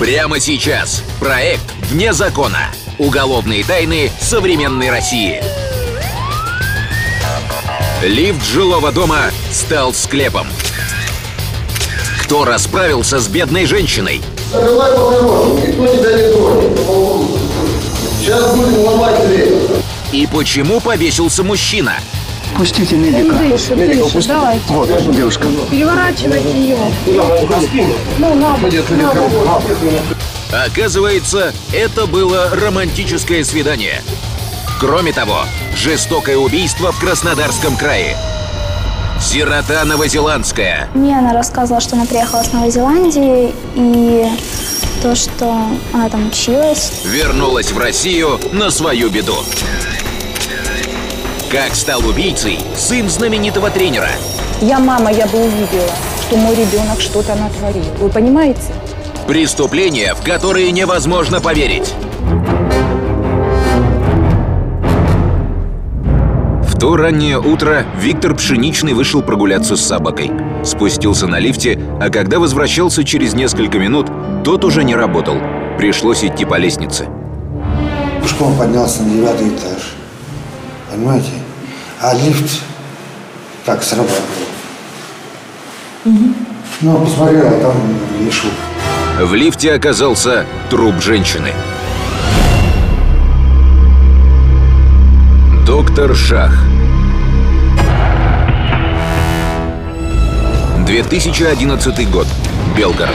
Прямо сейчас. Проект «Вне закона. Уголовные тайны современной России». Лифт жилого дома стал склепом. Кто расправился с бедной женщиной? Закрывай по-хорошему, никто тебя не тронет. Сейчас будем ломать дверь. И почему повесился мужчина? Пустите медика. Дышит, давайте. Вот, девушка. Переворачивайте ее. Ну, надо. Оказывается, это было романтическое свидание. Кроме того, жестокое убийство в Краснодарском крае. Сирота новозеландская. Мне она рассказывала, что она приехала с Новой Зеландии, и то, что она там училась. Вернулась в Россию на свою беду. Как стал убийцей сын знаменитого тренера. Я мама, я бы увидела, что мой ребенок что-то натворил. Вы понимаете? Преступления, в которые невозможно поверить. В то раннее утро Виктор Пшеничный вышел прогуляться с собакой. Спустился на лифте, а когда возвращался через несколько минут, тот уже не работал. Пришлось идти по лестнице. Пешком поднялся на 9-й этаж. Понимаете? А лифт так сработал. Ну, посмотрел, а там лишу. В лифте оказался труп женщины. Доктор Шах. 2011 год. Белгород.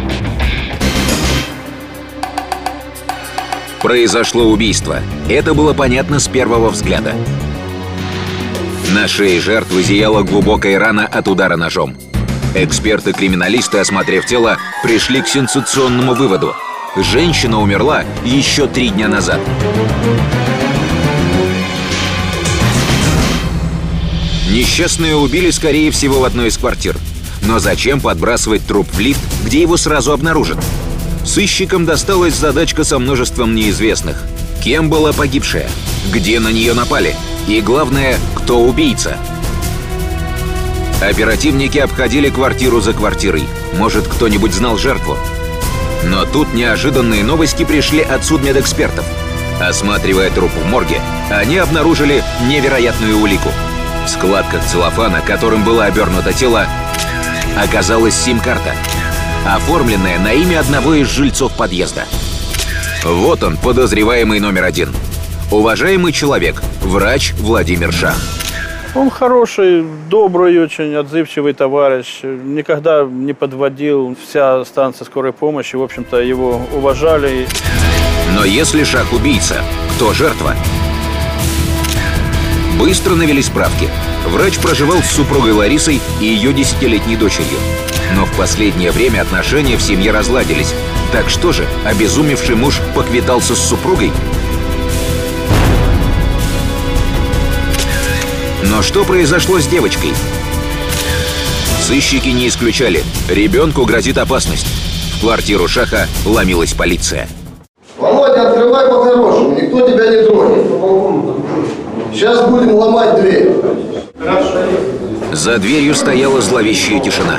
Произошло убийство. Это было понятно с первого взгляда. На шее жертвы зияла глубокая рана от удара ножом. Эксперты-криминалисты, осмотрев тело, пришли к сенсационному выводу. Женщина умерла еще 3 дня назад. Несчастную убили, скорее всего, в одной из квартир. Но зачем подбрасывать труп в лифт, где его сразу обнаружат? Сыщикам досталась задачка со множеством неизвестных. Кем была погибшая? Где на нее напали? И главное, кто убийца? Оперативники обходили квартиру за квартирой. Может, кто-нибудь знал жертву? Но тут неожиданные новости пришли от судмедэкспертов. Осматривая труп в морге, они обнаружили невероятную улику. В складках целлофана, которым было обернуто тело, оказалась сим-карта, оформленная на имя одного из жильцов подъезда. Вот он, подозреваемый номер 1. Уважаемый человек, врач Владимир Шах. Он хороший, добрый, очень отзывчивый товарищ. Никогда не подводил. Вся станция скорой помощи, в общем-то, его уважали. Но если Шах убийца, кто жертва? Быстро навели справки. Врач проживал с супругой Ларисой и ее 10-летней дочерью. Но в последнее время отношения в семье разладились. Так что же, обезумевший муж поквитался с супругой? Но что произошло с девочкой? Сыщики не исключали. Ребенку грозит опасность. В квартиру Шаха ломилась полиция. Володя, открывай по-хорошему, никто тебя не тронет. Сейчас будем ломать дверь. За дверью стояла зловещая тишина.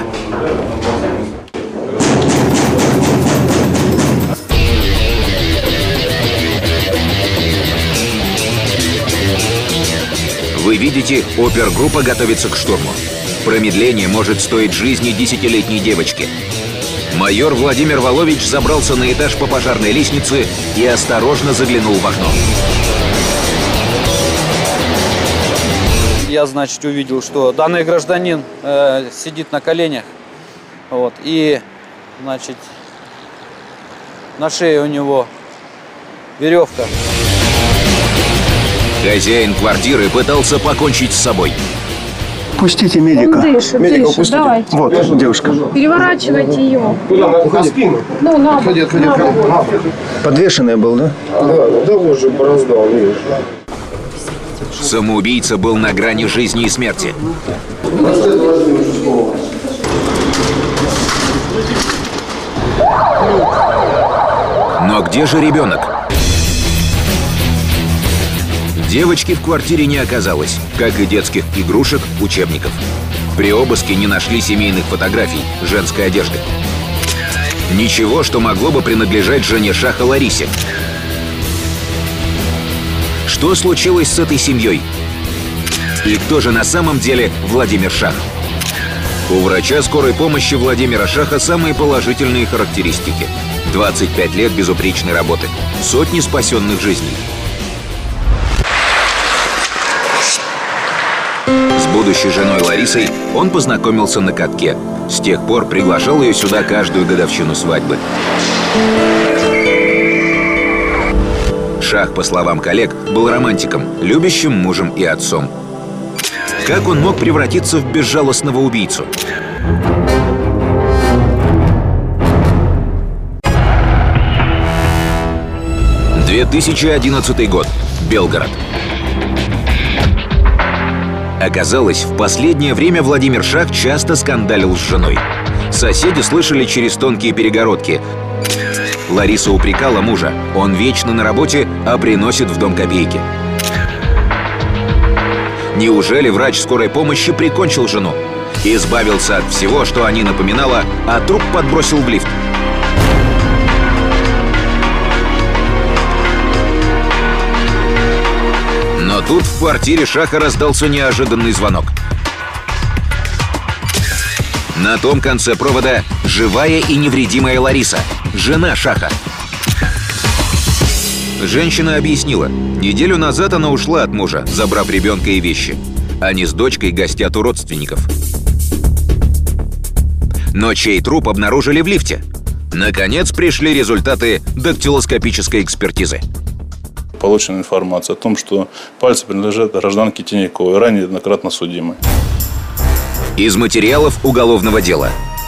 Вы видите, опергруппа готовится к штурму. Промедление может стоить жизни 10-летней девочки. Майор Владимир Волович забрался на этаж по пожарной лестнице и осторожно заглянул в окно. Я, значит, увидел, что данный гражданин сидит на коленях, вот, и, значит, на шее у него веревка. Хозяин квартиры пытался покончить с собой. Пустите медика. Он дышит, давайте. Вот, девушка. Переворачивайте ее. На спину. Ну, надо. Ходи. Подвешенный был, да? Да, уже бороздал, видишь. Самоубийца был на грани жизни и смерти. Но где же ребенок? Девочки в квартире не оказалось, как и детских игрушек, учебников. При обыске не нашли семейных фотографий, женской одежды. Ничего, что могло бы принадлежать жене Шаха Ларисе. Что случилось с этой семьей? И кто же на самом деле Владимир Шах? У врача скорой помощи Владимира Шаха самые положительные характеристики. 25 лет безупречной работы, сотни спасенных жизней. С будущей женой Ларисой он познакомился на катке. С тех пор приглашал ее сюда каждую годовщину свадьбы. Шах, по словам коллег, был романтиком, любящим мужем и отцом. Как он мог превратиться в безжалостного убийцу? — 2011 год. Белгород. Оказалось, в последнее время Владимир Шах часто скандалил с женой. Соседи слышали через тонкие перегородки. Лариса упрекала мужа. Он вечно на работе, а приносит в дом копейки. Неужели врач скорой помощи прикончил жену? Избавился от всего, что о ней напоминало, а труп подбросил в лифт. Но тут в квартире Шаха раздался неожиданный звонок. На том конце провода живая и невредимая Лариса, жена Шаха. Женщина объяснила, неделю назад она ушла от мужа, забрав ребенка и вещи. Они с дочкой гостят у родственников. Но чей труп обнаружили в лифте? Наконец пришли результаты дактилоскопической экспертизы. Получена информация о том, что пальцы принадлежат гражданке Тиньяковой, ранее неоднократно судимой. Из материалов уголовного дела.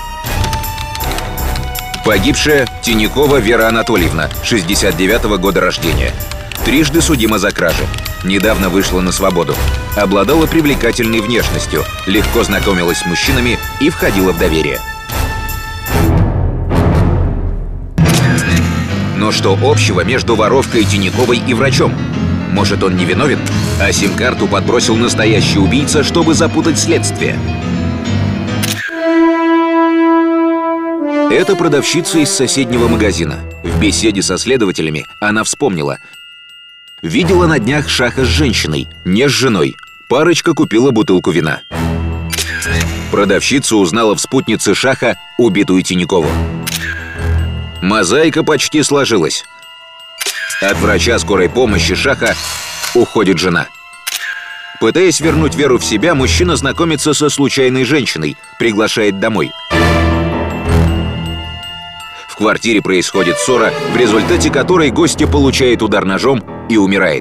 Погибшая Тиньякова Вера Анатольевна, 69-го года рождения. Трижды судима за кражи. Недавно вышла на свободу. Обладала привлекательной внешностью, легко знакомилась с мужчинами и входила в доверие. Но что общего между воровкой Тиньяковой и врачом? Может, он не виновен? А сим-карту подбросил настоящий убийца, чтобы запутать следствие. Это продавщица из соседнего магазина. В беседе со следователями она вспомнила. Видела на днях Шаха с женщиной, не с женой. Парочка купила бутылку вина. Продавщица узнала в спутнице Шаха убитую Тиньякову. Мозаика почти сложилась. От врача скорой помощи Шаха уходит жена. Пытаясь вернуть Веру в себя, мужчина знакомится со случайной женщиной, приглашает домой. В квартире происходит ссора, в результате которой гостья получает удар ножом и умирает.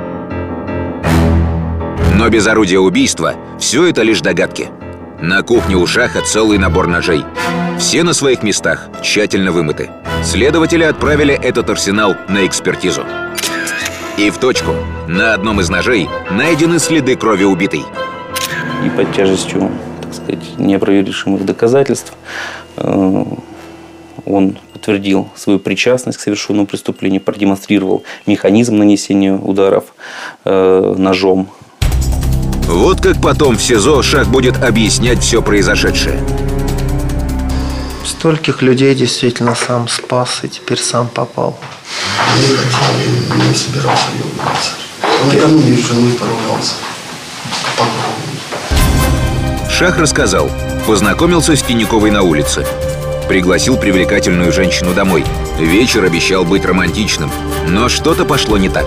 Но без орудия убийства все это лишь догадки. На кухне у Шаха целый набор ножей. Все на своих местах, тщательно вымыты. Следователи отправили этот арсенал на экспертизу. И в точку. На одном из ножей найдены следы крови убитой. И под тяжестью, так сказать, неопровержимых доказательств он подтвердил свою причастность к совершенному преступлению, продемонстрировал механизм нанесения ударов ножом. Вот как потом в СИЗО Шах будет объяснять все произошедшее. Стольких людей действительно сам спас и теперь сам попал. Не хотел, не собирался убиваться. Накануне с женой поругался. Шах рассказал, познакомился с Тиньяковой на улице. Пригласил привлекательную женщину домой. Вечер обещал быть романтичным, но что-то пошло не так.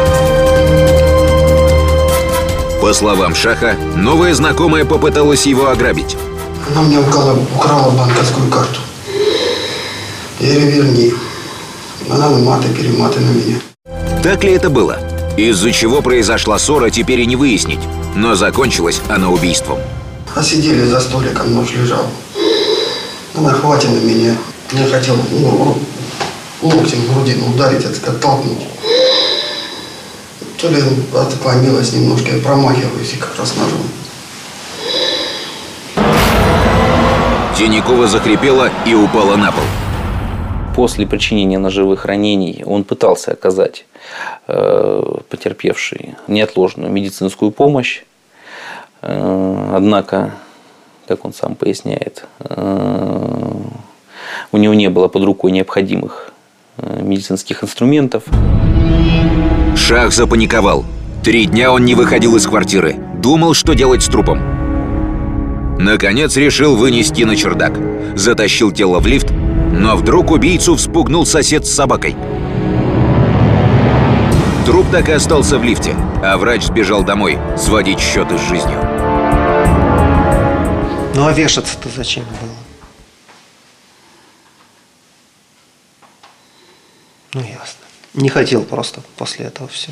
По словам Шаха, новая знакомая попыталась его ограбить. Она мне украла банковскую карту. Я говорю, верни. Она маты-перематы на меня. Так ли это было? Из-за чего произошла ссора, теперь и не выяснить. Но закончилась она убийством. А сидели за столиком, нож лежал. Она хватит на меня. Я хотел локтем в грудину ударить, оттолкнуть. То ли такая милость немножко, я промахиваюсь и как раз ножом. Тиньякова захрипела и упала на пол. После причинения ножевых ранений он пытался оказать потерпевшей неотложную медицинскую помощь. Однако, как он сам поясняет, у него не было под рукой необходимых медицинских инструментов. Шах запаниковал. 3 дня он не выходил из квартиры. Думал, что делать с трупом. Наконец решил вынести на чердак. Затащил тело в лифт, но вдруг убийцу вспугнул сосед с собакой. Труп так и остался в лифте, а врач сбежал домой сводить счеты с жизнью. Ну а вешаться-то зачем было? Ну ясно. Не хотел просто после этого все.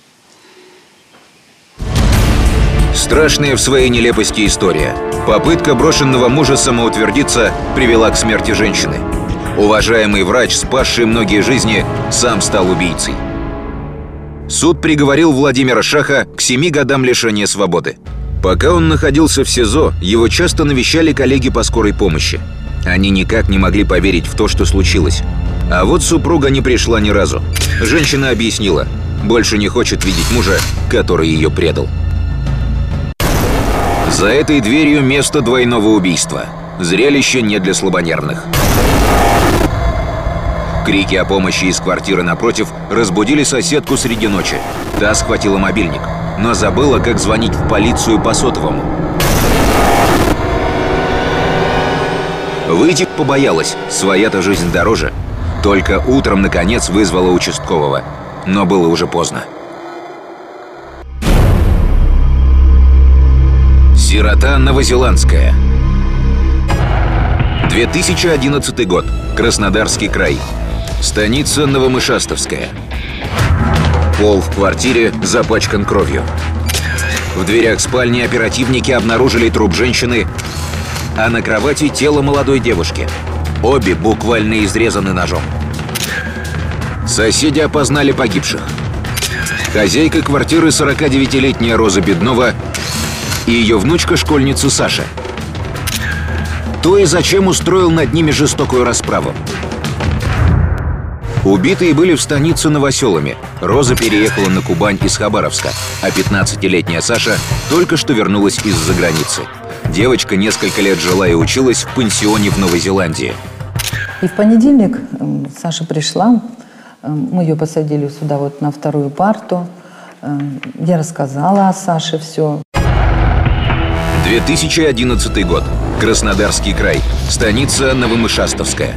Страшная в своей нелепости история. Попытка брошенного мужа самоутвердиться привела к смерти женщины. Уважаемый врач, спасший многие жизни, сам стал убийцей. Суд приговорил Владимира Шаха к 7 годам лишения свободы. Пока он находился в СИЗО, его часто навещали коллеги по скорой помощи. Они никак не могли поверить в то, что случилось. А вот супруга не пришла ни разу. Женщина объяснила, больше не хочет видеть мужа, который ее предал. За этой дверью место двойного убийства. Зрелище не для слабонервных. Крики о помощи из квартиры напротив разбудили соседку среди ночи. Та схватила мобильник, но забыла, как звонить в полицию по сотовому. Выйти побоялась, своя-то жизнь дороже. Только утром, наконец, вызвала участкового. Но было уже поздно. Сирота новозеландская. 2011 год. Краснодарский край. Станица Новомышастовская. Пол в квартире запачкан кровью. В дверях спальни оперативники обнаружили труп женщины, а на кровати тело молодой девушки. Обе буквально изрезаны ножом. Соседи опознали погибших. Хозяйка квартиры 49-летняя Роза Беднова и ее внучка-школьница Саша. Кто и зачем устроил над ними жестокую расправу? Убитые были в станице Новоселами. Роза переехала на Кубань из Хабаровска, а 15-летняя Саша только что вернулась из-за границы. Девочка несколько лет жила и училась в пансионе в Новой Зеландии. И в понедельник Саша пришла, мы ее посадили сюда вот на вторую парту. Я рассказала о Саше все. 2011 год. Краснодарский край. Станица Новомышастовская.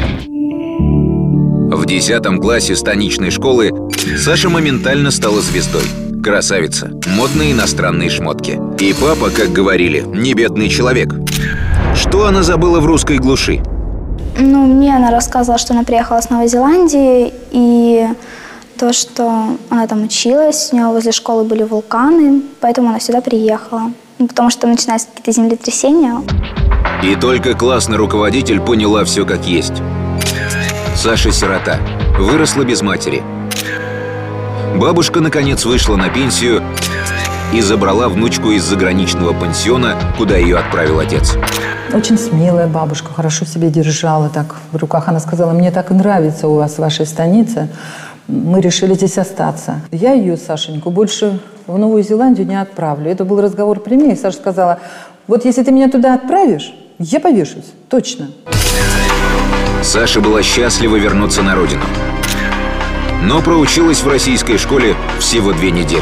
В 10 классе станичной школы Саша моментально стала звездой. Красавица, модные иностранные шмотки. И папа, как говорили, не бедный человек. Что она забыла в русской глуши? Ну, мне она рассказывала, что она приехала с Новой Зеландии, и то, что она там училась, у нее возле школы были вулканы, поэтому она сюда приехала. Ну, потому что там начинаются какие-то землетрясения. И только классный руководитель поняла все как есть. Саша сирота, выросла без матери. Бабушка, наконец, вышла на пенсию и забрала внучку из заграничного пансиона, куда ее отправил отец. Очень смелая бабушка, хорошо себя держала. Так в руках она сказала: мне так и нравится у вас в вашей станице. Мы решили здесь остаться. Я ее, Сашеньку, больше в Новую Зеландию не отправлю. Это был разговор при мне. И Саша сказала: вот если ты меня туда отправишь, я повешусь. Точно. Саша была счастлива вернуться на родину. Но проучилась в российской школе всего 2 недели.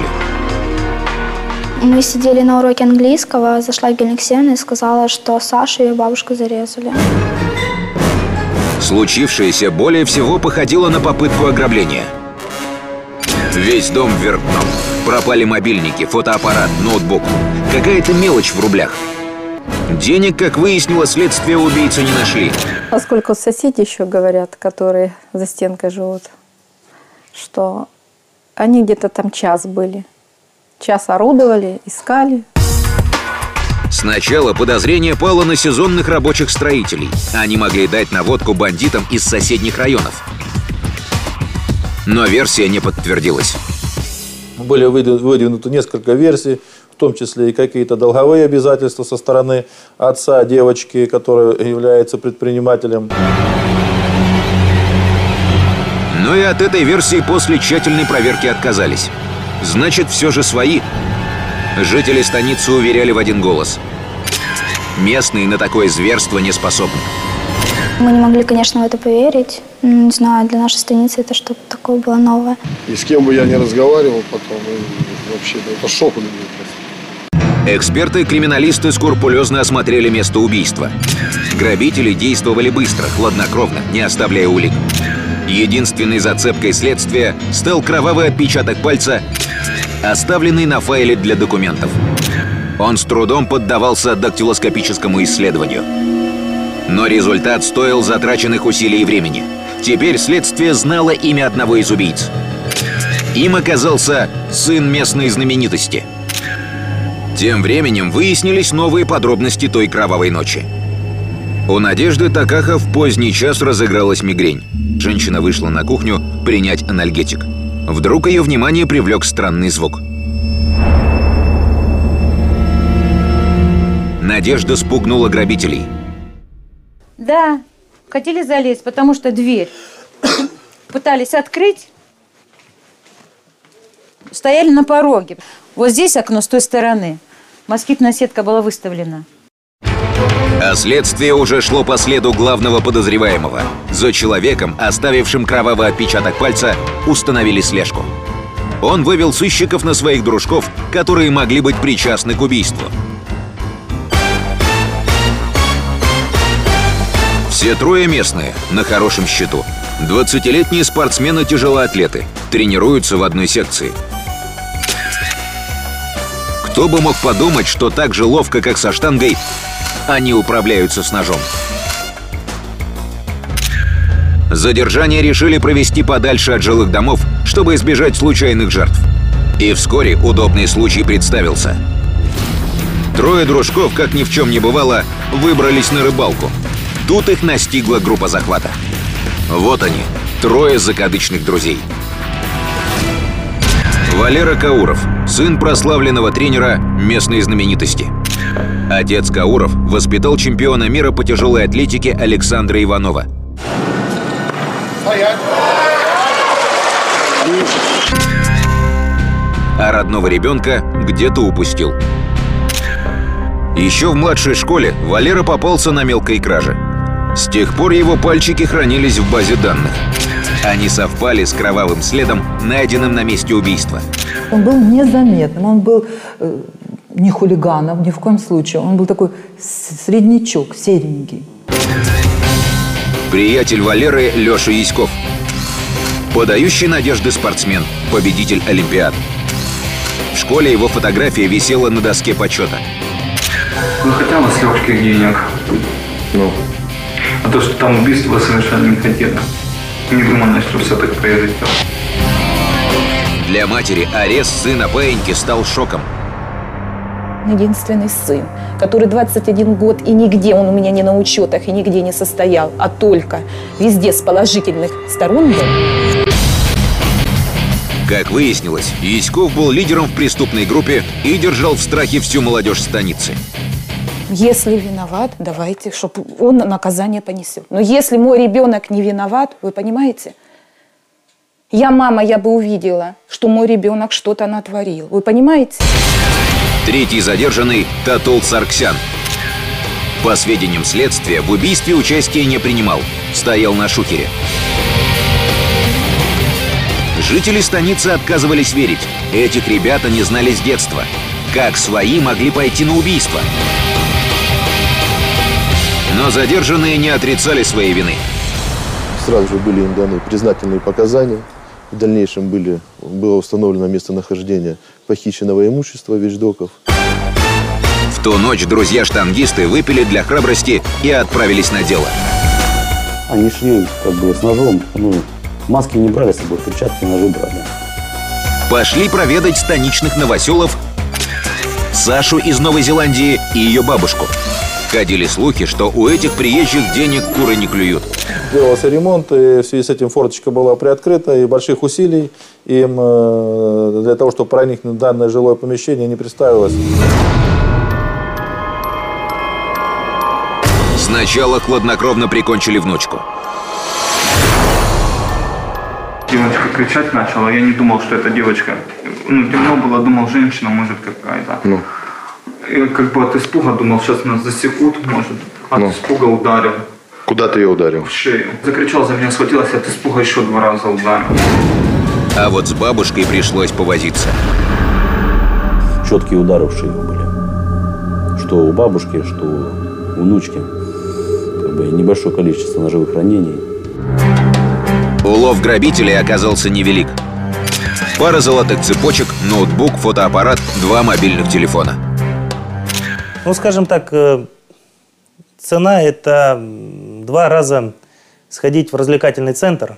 Мы сидели на уроке английского, зашла Евгения Алексеевна и сказала, что Сашу и ее бабушку зарезали. Случившееся более всего походило на попытку ограбления. Весь дом вверх дном. Пропали мобильники, фотоаппарат, ноутбук. Какая-то мелочь в рублях. Денег, как выяснило следствие, убийцы не нашли. Поскольку соседи еще говорят, которые за стенкой живут, что они где-то там час были. Час орудовали, искали. Сначала подозрение пало на сезонных рабочих строителей. Они могли дать наводку бандитам из соседних районов. Но версия не подтвердилась. Были выдвинуты несколько версий, в том числе и какие-то долговые обязательства со стороны отца девочки, который является предпринимателем. Но и от этой версии после тщательной проверки отказались. Значит, все же свои. Жители станицы уверяли в один голос. Местные на такое зверство не способны. Мы не могли, конечно, в это поверить. Не знаю, для нашей станицы это что-то такое было новое. И с кем бы я ни разговаривал потом, вообще, это шок у людей просто. Эксперты-криминалисты скрупулезно осмотрели место убийства. Грабители действовали быстро, хладнокровно, не оставляя улик. Единственной зацепкой следствия стал кровавый отпечаток пальца, оставленный на файле для документов. Он с трудом поддавался дактилоскопическому исследованию. Но результат стоил затраченных усилий и времени. Теперь следствие знало имя одного из убийц. Им оказался сын местной знаменитости. Тем временем выяснились новые подробности той кровавой ночи. У Надежды Такаха в поздний час разыгралась мигрень. Женщина вышла на кухню принять анальгетик. Вдруг ее внимание привлек странный звук. Надежда спугнула грабителей. Да, хотели залезть, потому что дверь пытались открыть, стояли на пороге. Вот здесь окно с той стороны. Москитная сетка была выставлена. А следствие уже шло по следу главного подозреваемого. За человеком, оставившим кровавый отпечаток пальца, установили слежку. Он вывел сыщиков на своих дружков, которые могли быть причастны к убийству. Все трое местные, на хорошем счету. 20-летние спортсмены-тяжелоатлеты, тренируются в одной секции. Кто бы мог подумать, что так же ловко, как со штангой, они управляются с ножом. Задержание решили провести подальше от жилых домов, чтобы избежать случайных жертв. И вскоре удобный случай представился. Трое дружков, как ни в чем не бывало, выбрались на рыбалку. Тут их настигла группа захвата. Вот они, трое закадычных друзей. Валера Кауров, сын прославленного тренера местной знаменитости. Отец Кауров воспитал чемпиона мира по тяжелой атлетике Александра Иванова. Стоять! А родного ребенка где-то упустил. Еще в младшей школе Валера попался на мелкой краже. С тех пор его пальчики хранились в базе данных. Они совпали с кровавым следом, найденным на месте убийства. Он был незаметным, он был не хулиганом, ни в коем случае. Он был такой среднячок, серенький. Приятель Валеры Леша Яськов. Подающий надежды спортсмен, победитель Олимпиад. В школе его фотография висела на доске почета. Ну, хотя бы с легких денег. Ну? А то, что там убийство совершенно не хотели. Не думали, что все так произойдет. Для матери арест сына паиньки стал шоком. Единственный сын, который 21 год, и нигде он у меня не на учетах, и нигде не состоял, а только везде с положительных сторон был. Как выяснилось, Яськов был лидером в преступной группе и держал в страхе всю молодежь станицы. Если виноват, давайте, чтобы он наказание понесет. Но если мой ребенок не виноват, вы понимаете? Я мама, я бы увидела, что мой ребенок что-то натворил. Вы понимаете? Третий задержанный – Татул Сарксян. По сведениям следствия, в убийстве участия не принимал, стоял на шухере. Жители станицы отказывались верить. Этих ребят они знали с детства. Как свои могли пойти на убийство? Но задержанные не отрицали своей вины. Сразу же были им даны признательные показания. В дальнейшем было установлено местонахождение похищенного имущества вещдоков. В ту ночь друзья-штангисты выпили для храбрости и отправились на дело. Они шли как бы с ножом, маски не брали с собой, перчатки, ножи брали. Пошли проведать станичных новоселов Сашу из Новой Зеландии и ее бабушку. Ходили слухи, что у этих приезжих денег куры не клюют. Делался ремонт, и в связи с этим форточка была приоткрыта, и больших усилий им для того, чтобы проникнуть в данное жилое помещение, не представилось. Сначала хладнокровно прикончили внучку. Девочка кричать начала, я не думал, что это девочка. Темно было, думал, женщина, может, какая-то. Я как бы от испуга думал, сейчас нас засекут, может. От испуга ударил. Куда ты ее ударил? В шею. Закричал, за меня схватилась, от испуга еще 2 раза ударил. А вот с бабушкой пришлось повозиться. Четкие удары в шею были. Что у бабушки, что у внучки. Как бы небольшое количество ножевых ранений. Улов грабителей оказался невелик. Пара золотых цепочек, ноутбук, фотоаппарат, 2 мобильных телефона. Ну, скажем так, цена – это 2 раза сходить в развлекательный центр,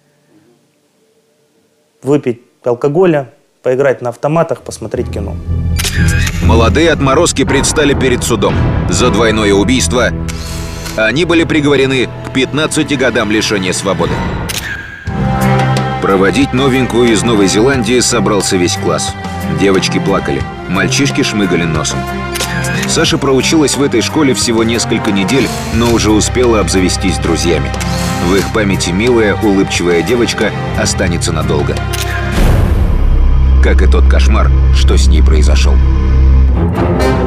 выпить алкоголя, поиграть на автоматах, посмотреть кино. Молодые отморозки предстали перед судом. За двойное убийство они были приговорены к 15 годам лишения свободы. Проводить новенькую из Новой Зеландии собрался весь класс. Девочки плакали, мальчишки шмыгали носом. Саша проучилась в этой школе всего несколько недель, но уже успела обзавестись друзьями. В их памяти милая, улыбчивая девочка останется надолго. Как и тот кошмар, что с ней произошел.